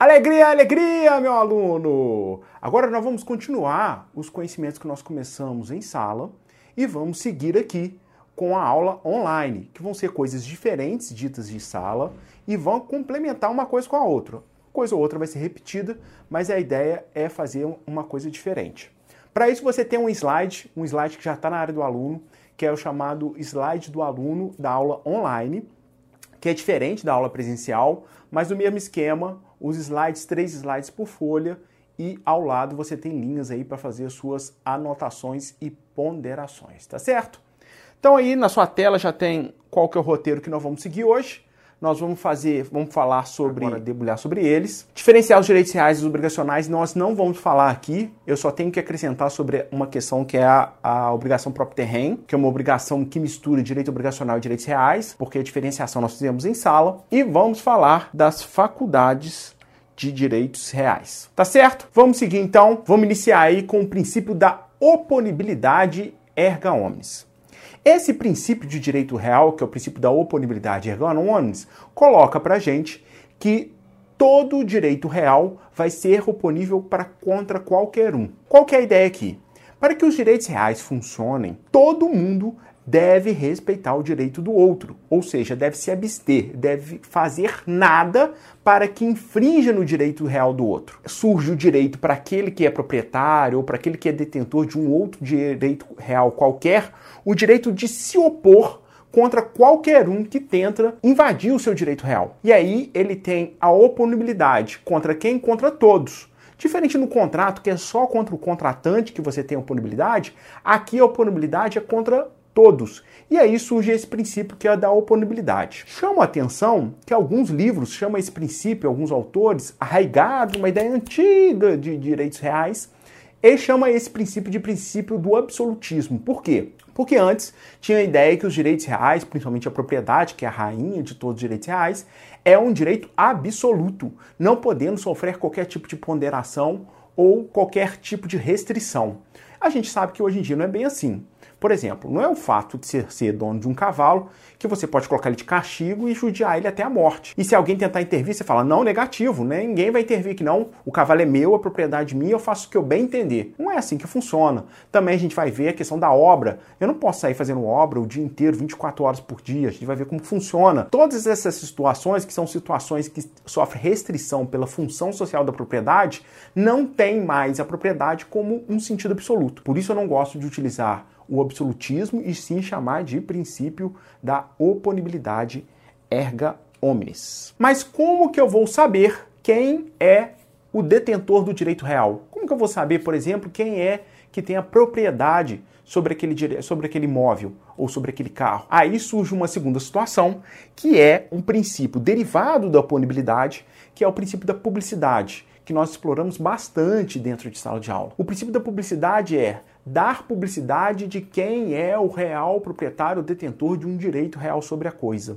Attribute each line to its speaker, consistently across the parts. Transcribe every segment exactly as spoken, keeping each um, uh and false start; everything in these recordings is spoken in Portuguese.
Speaker 1: Alegria, alegria, meu aluno! Agora nós vamos continuar os conhecimentos que nós começamos em sala e vamos seguir aqui com a aula online, que vão ser coisas diferentes ditas de sala e vão complementar uma coisa com a outra. Uma coisa ou outra vai ser repetida, mas a ideia é fazer uma coisa diferente. Para isso você tem um slide, um slide que já está na área do aluno, que é o chamado slide do aluno da aula online, que é diferente da aula presencial, mas no mesmo esquema, os slides, três slides por folha, e ao lado você tem linhas aí para fazer suas anotações e ponderações, tá certo? Então aí na sua tela já tem qual que é o roteiro que nós vamos seguir hoje. Nós vamos fazer, vamos falar sobre, agora, debulhar sobre eles. Diferenciar os direitos reais e os obrigacionais, nós não vamos falar aqui. Eu só tenho que acrescentar sobre uma questão que é a, a obrigação propter rem, que é uma obrigação que mistura direito obrigacional e direitos reais, porque a diferenciação nós fizemos em sala. E vamos falar das faculdades de direitos reais. Tá certo? Vamos seguir então. Vamos iniciar aí com o princípio da oponibilidade erga omnes. Esse princípio de direito real, que é o princípio da oponibilidade erga omnes, coloca pra gente que todo direito real vai ser oponível para contra qualquer um. Qual que é a ideia aqui? Para que os direitos reais funcionem, todo mundo deve respeitar o direito do outro, ou seja, deve se abster, deve fazer nada para que infrinja no direito real do outro. Surge o direito para aquele que é proprietário ou para aquele que é detentor de um outro direito real qualquer, o direito de se opor contra qualquer um que tenta invadir o seu direito real. E aí ele tem a oponibilidade contra quem? Contra todos. Diferente no contrato, que é só contra o contratante que você tem a oponibilidade, aqui a oponibilidade é contra todos. E aí surge esse princípio que é da oponibilidade. Chama a atenção que alguns livros chamam esse princípio, alguns autores, arraigado, uma ideia antiga de direitos reais, e chama esse princípio de princípio do absolutismo. Por quê? Porque antes tinha a ideia que os direitos reais, principalmente a propriedade, que é a rainha de todos os direitos reais, é um direito absoluto, não podendo sofrer qualquer tipo de ponderação ou qualquer tipo de restrição. A gente sabe que hoje em dia não é bem assim. Por exemplo, não é o fato de ser, ser dono de um cavalo que você pode colocar ele de castigo e judiar ele até a morte. E se alguém tentar intervir, você fala, não, negativo, né? Ninguém vai intervir que não, o cavalo é meu, a propriedade minha, eu faço o que eu bem entender. Não é assim que funciona. Também a gente vai ver a questão da obra. Eu não posso sair fazendo obra o dia inteiro, vinte e quatro horas por dia. A gente vai ver como funciona. Todas essas situações, que são situações que sofrem restrição pela função social da propriedade, não tem mais a propriedade como um sentido absoluto. Por isso eu não gosto de utilizar o absolutismo e sim chamar de princípio da oponibilidade erga omnes. Mas como que eu vou saber quem é o detentor do direito real? Como que eu vou saber, por exemplo, quem é que tem a propriedade sobre aquele, sobre aquele imóvel ou sobre aquele carro? Aí surge uma segunda situação, que é um princípio derivado da oponibilidade, que é o princípio da publicidade, que nós exploramos bastante dentro de sala de aula. O princípio da publicidade é dar publicidade de quem é o real proprietário, o detentor de um direito real sobre a coisa.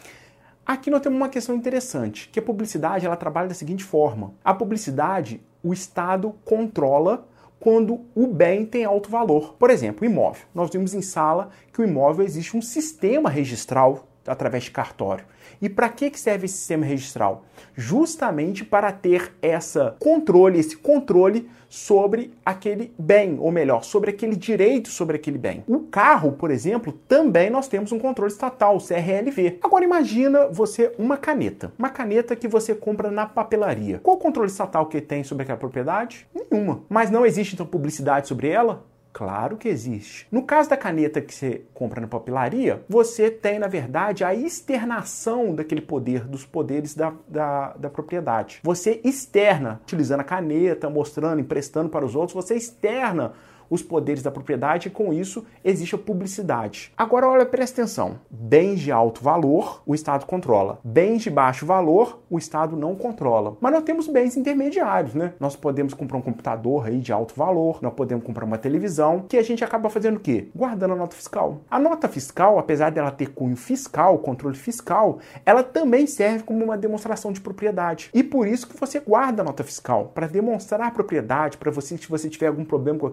Speaker 1: Aqui nós temos uma questão interessante, que a publicidade ela trabalha da seguinte forma. A publicidade, o Estado controla quando o bem tem alto valor. Por exemplo, o imóvel. Nós vimos em sala que o imóvel existe um sistema registral através de cartório. E para que serve esse sistema registral? Justamente para ter essa controle, esse controle sobre aquele bem, ou melhor, sobre aquele direito sobre aquele bem. O carro, por exemplo, também nós temos um controle estatal, o C R L V. Agora imagina você uma caneta, uma caneta que você compra na papelaria. Qual o controle estatal que tem sobre aquela propriedade? Nenhuma. Mas não existe então publicidade sobre ela? Claro que existe. No caso da caneta que você compra na papelaria, você tem, na verdade, a externação daquele poder, dos poderes da, da, da propriedade. Você externa, utilizando a caneta, mostrando, emprestando para os outros, você externa os poderes da propriedade e com isso existe a publicidade. Agora, olha, presta atenção. Bens de alto valor, o Estado controla. Bens de baixo valor, o Estado não controla. Mas nós temos bens intermediários, né? Nós podemos comprar um computador aí de alto valor, nós podemos comprar uma televisão, que a gente acaba fazendo o quê? Guardando a nota fiscal. A nota fiscal, apesar dela ter cunho fiscal, controle fiscal, ela também serve como uma demonstração de propriedade. E por isso que você guarda a nota fiscal, para demonstrar a propriedade, para você, se você tiver algum problema com aquele equipamento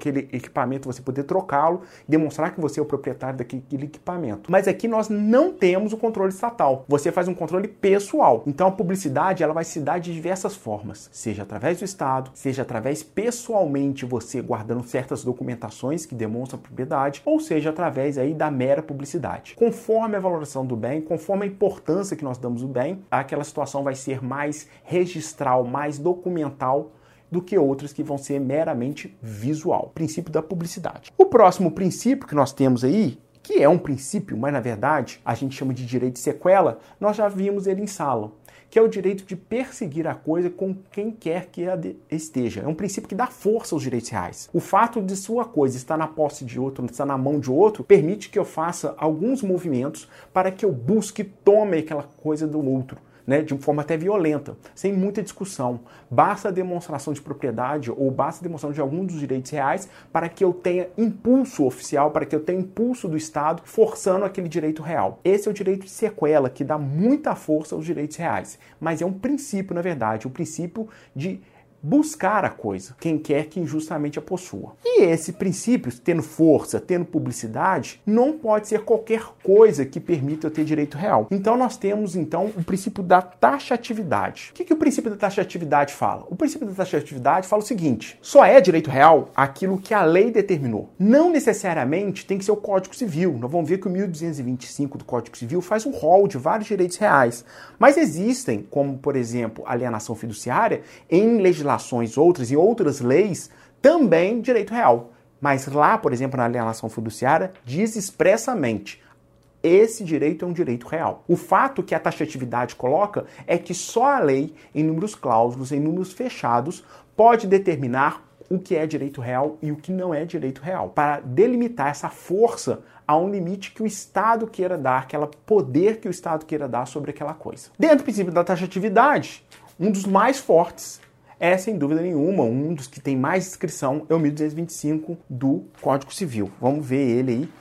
Speaker 1: equipamento, você poder trocá-lo, demonstrar que você é o proprietário daquele equipamento. Mas aqui nós não temos o controle estatal. Você faz um controle pessoal. Então a publicidade ela vai se dar de diversas formas, seja através do Estado, seja através pessoalmente você guardando certas documentações que demonstram a propriedade, ou seja através aí da mera publicidade. Conforme a valoração do bem, conforme a importância que nós damos ao bem, aquela situação vai ser mais registral, mais documental do que outras que vão ser meramente visual. Princípio da publicidade. O próximo princípio que nós temos aí, que é um princípio, mas na verdade a gente chama de direito de sequela, nós já vimos ele em sala, que é o direito de perseguir a coisa com quem quer que ela esteja. É um princípio que dá força aos direitos reais. O fato de sua coisa estar na posse de outro, estar na mão de outro, permite que eu faça alguns movimentos para que eu busque, tome aquela coisa do outro, né, de forma até violenta, sem muita discussão. Basta a demonstração de propriedade ou basta a demonstração de algum dos direitos reais para que eu tenha impulso oficial, para que eu tenha impulso do Estado forçando aquele direito real. Esse é o direito de sequela, que dá muita força aos direitos reais. Mas é um princípio, na verdade, um princípio de buscar a coisa, quem quer que injustamente a possua. E esse princípio, tendo força, tendo publicidade, não pode ser qualquer coisa que permita eu ter direito real. Então nós temos, então, o princípio da taxatividade. O que, que o princípio da taxatividade fala? O princípio da taxatividade fala o seguinte: só é direito real aquilo que a lei determinou. Não necessariamente tem que ser o Código Civil. Nós vamos ver que o mil duzentos e vinte e cinco do Código Civil faz um rol de vários direitos reais. Mas existem, como, por exemplo, alienação fiduciária, em legislação outras e outras leis, também direito real. Mas lá, por exemplo, na alienação fiduciária, diz expressamente: esse direito é um direito real. O fato que a taxatividade coloca é que só a lei, em números cláusulos, em números fechados, pode determinar o que é direito real e o que não é direito real, para delimitar essa força a um limite que o Estado queira dar, aquele poder que o Estado queira dar sobre aquela coisa. Dentro do princípio da taxatividade, um dos mais fortes é, sem dúvida nenhuma, um dos que tem mais inscrição é o mil duzentos e vinte e cinco do Código Civil. Vamos ver ele aí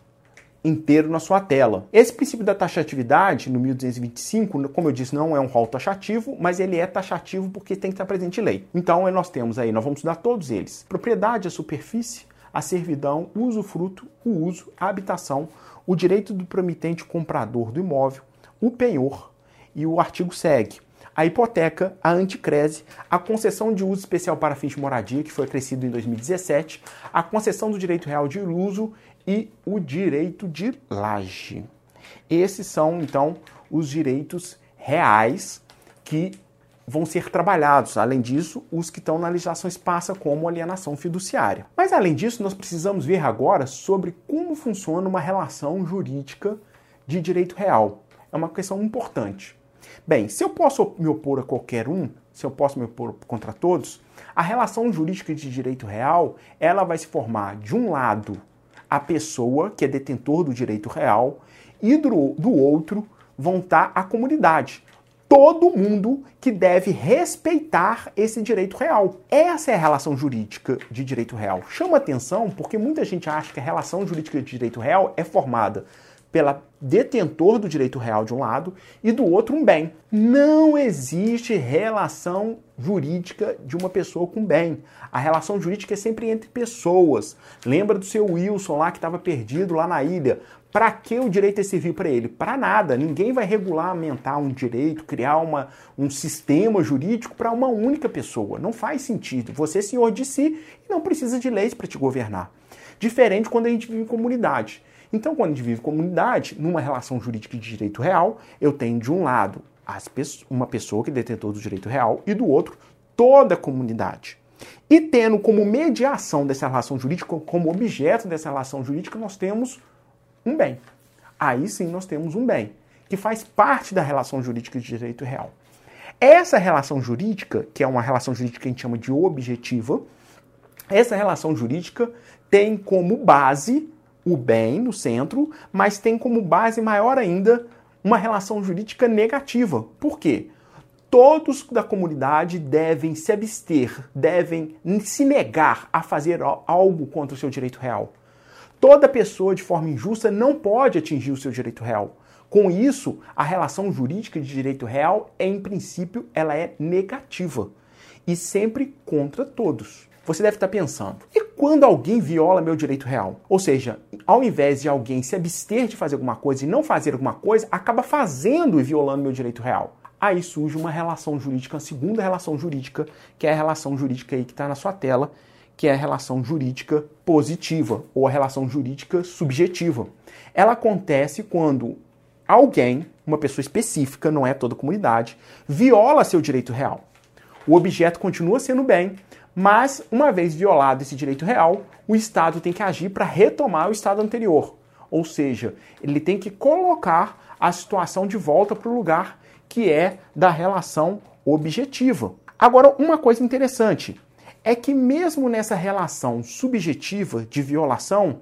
Speaker 1: inteiro na sua tela. Esse princípio da taxatividade, no mil duzentos e vinte e cinco, como eu disse, não é um rol taxativo, mas ele é taxativo porque tem que estar presente em lei. Então, nós temos aí, nós vamos estudar todos eles: propriedade, a superfície, a servidão, o usufruto, o uso, a habitação, o direito do promitente comprador do imóvel, o penhor, e o artigo segue: a hipoteca, a anticrese, a concessão de uso especial para fins de moradia, que foi acrescido em dois mil e dezessete, a concessão do direito real de uso e o direito de laje. Esses são, então, os direitos reais que vão ser trabalhados. Além disso, os que estão na legislação esparsa, como alienação fiduciária. Mas, além disso, nós precisamos ver agora sobre como funciona uma relação jurídica de direito real. É uma questão importante. Bem, se eu posso me opor a qualquer um, se eu posso me opor contra todos, a relação jurídica de direito real, ela vai se formar, de um lado, a pessoa que é detentor do direito real, e do, do outro vão estar a comunidade. Todo mundo que deve respeitar esse direito real. Essa é a relação jurídica de direito real. Chama atenção porque muita gente acha que a relação jurídica de direito real é formada pela detentor do direito real de um lado e do outro um bem. Não existe relação jurídica de uma pessoa com bem. A relação jurídica é sempre entre pessoas. Lembra do seu Wilson lá que estava perdido lá na ilha? Para que o direito é servir para ele? Para nada. Ninguém vai regulamentar um direito, criar uma, um sistema jurídico para uma única pessoa. Não faz sentido. Você é senhor de si e não precisa de leis para te governar. Diferente quando a gente vive em comunidade. Então, quando a gente vive em comunidade, numa relação jurídica de direito real, eu tenho de um lado as pessoas, uma pessoa que é detentor do direito real e do outro toda a comunidade. E tendo como mediação dessa relação jurídica, como objeto dessa relação jurídica, nós temos um bem. Aí sim nós temos um bem, que faz parte da relação jurídica de direito real. Essa relação jurídica, que é uma relação jurídica que a gente chama de objetiva, essa relação jurídica tem como base o bem no centro, mas tem como base maior ainda uma relação jurídica negativa. Por quê? Todos da comunidade devem se abster, devem se negar a fazer algo contra o seu direito real. Toda pessoa, de forma injusta, não pode atingir o seu direito real. Com isso, a relação jurídica de direito real, é, em princípio, ela é negativa e sempre contra todos. Você deve estar pensando, e quando alguém viola meu direito real. Ou seja, ao invés de alguém se abster de fazer alguma coisa e não fazer alguma coisa, acaba fazendo e violando meu direito real. Aí surge uma relação jurídica, a segunda relação jurídica, que é a relação jurídica aí que está na sua tela, que é a relação jurídica positiva, ou a relação jurídica subjetiva. Ela acontece quando alguém, uma pessoa específica, não é toda a comunidade, viola seu direito real. O objeto continua sendo bem, mas, uma vez violado esse direito real, o Estado tem que agir para retomar o estado anterior. Ou seja, ele tem que colocar a situação de volta para o lugar que é da relação objetiva. Agora, uma coisa interessante é que mesmo nessa relação subjetiva de violação,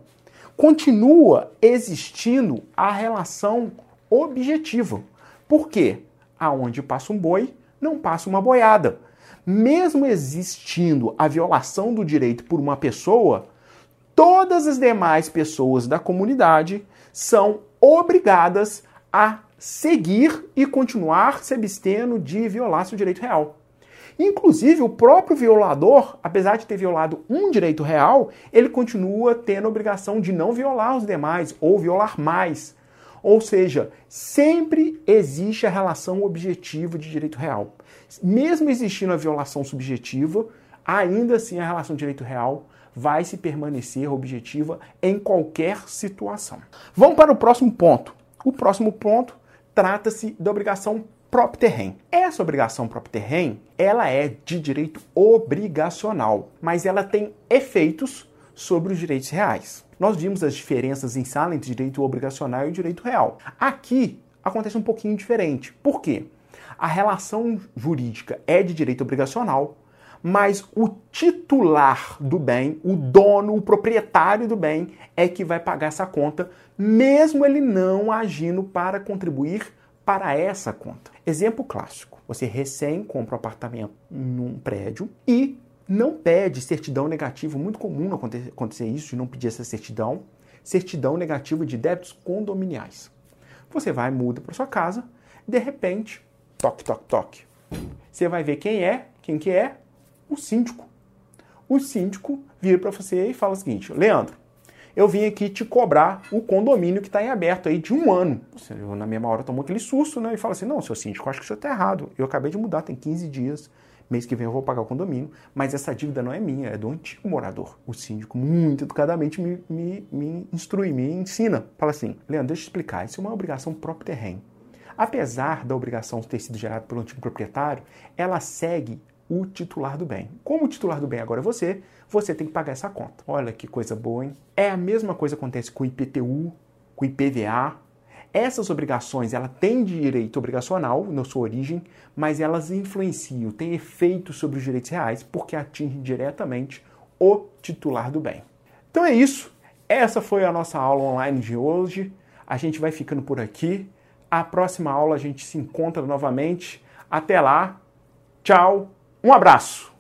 Speaker 1: continua existindo a relação objetiva. Por quê? Aonde passa um boi, não passa uma boiada. Mesmo existindo a violação do direito por uma pessoa, todas as demais pessoas da comunidade são obrigadas a seguir e continuar se abstendo de violar seu direito real. Inclusive, o próprio violador, apesar de ter violado um direito real, ele continua tendo a obrigação de não violar os demais ou violar mais. Ou seja, sempre existe a relação objetiva de direito real. Mesmo existindo a violação subjetiva, ainda assim a relação de direito real vai se permanecer objetiva em qualquer situação. Vamos para o próximo ponto. O próximo ponto trata-se da obrigação propter rem. Essa obrigação propter rem, ela é de direito obrigacional, mas ela tem efeitos sobre os direitos reais. Nós vimos as diferenças em sala entre direito obrigacional e direito real. Aqui acontece um pouquinho diferente. Por quê? A relação jurídica é de direito obrigacional, mas o titular do bem, o dono, o proprietário do bem, é que vai pagar essa conta, mesmo ele não agindo para contribuir para essa conta. Exemplo clássico. Você recém compra um apartamento num prédio e não pede certidão negativa, muito comum acontecer isso, de não pedir essa certidão, certidão negativa de débitos condominiais. Você vai, muda para sua casa, de repente, toque, toque, toque. Você vai ver quem é, quem que é? O síndico. O síndico vira para você e fala o seguinte: Leandro, eu vim aqui te cobrar o condomínio que está em aberto aí de um ano. Você, na mesma hora, tomou aquele susto, né? E fala assim: não, seu síndico, acho que o senhor está errado. Eu acabei de mudar, tem quinze dias. Mês que vem eu vou pagar o condomínio, mas essa dívida não é minha, é do antigo morador. O síndico, muito educadamente, me, me, me instrui, me ensina. Fala assim: Leandro, deixa eu explicar, isso é uma obrigação propter rem. Apesar da obrigação ter sido gerada pelo antigo proprietário, ela segue o titular do bem. Como o titular do bem agora é você, você tem que pagar essa conta. Olha que coisa boa, hein? É a mesma coisa que acontece com o I P T U, com o I P V A. Essas obrigações, ela tem direito obrigacional na sua origem, mas elas influenciam, têm efeito sobre os direitos reais, porque atingem diretamente o titular do bem. Então é isso. Essa foi a nossa aula online de hoje. A gente vai ficando por aqui. A próxima aula a gente se encontra novamente. Até lá. Tchau. Um abraço.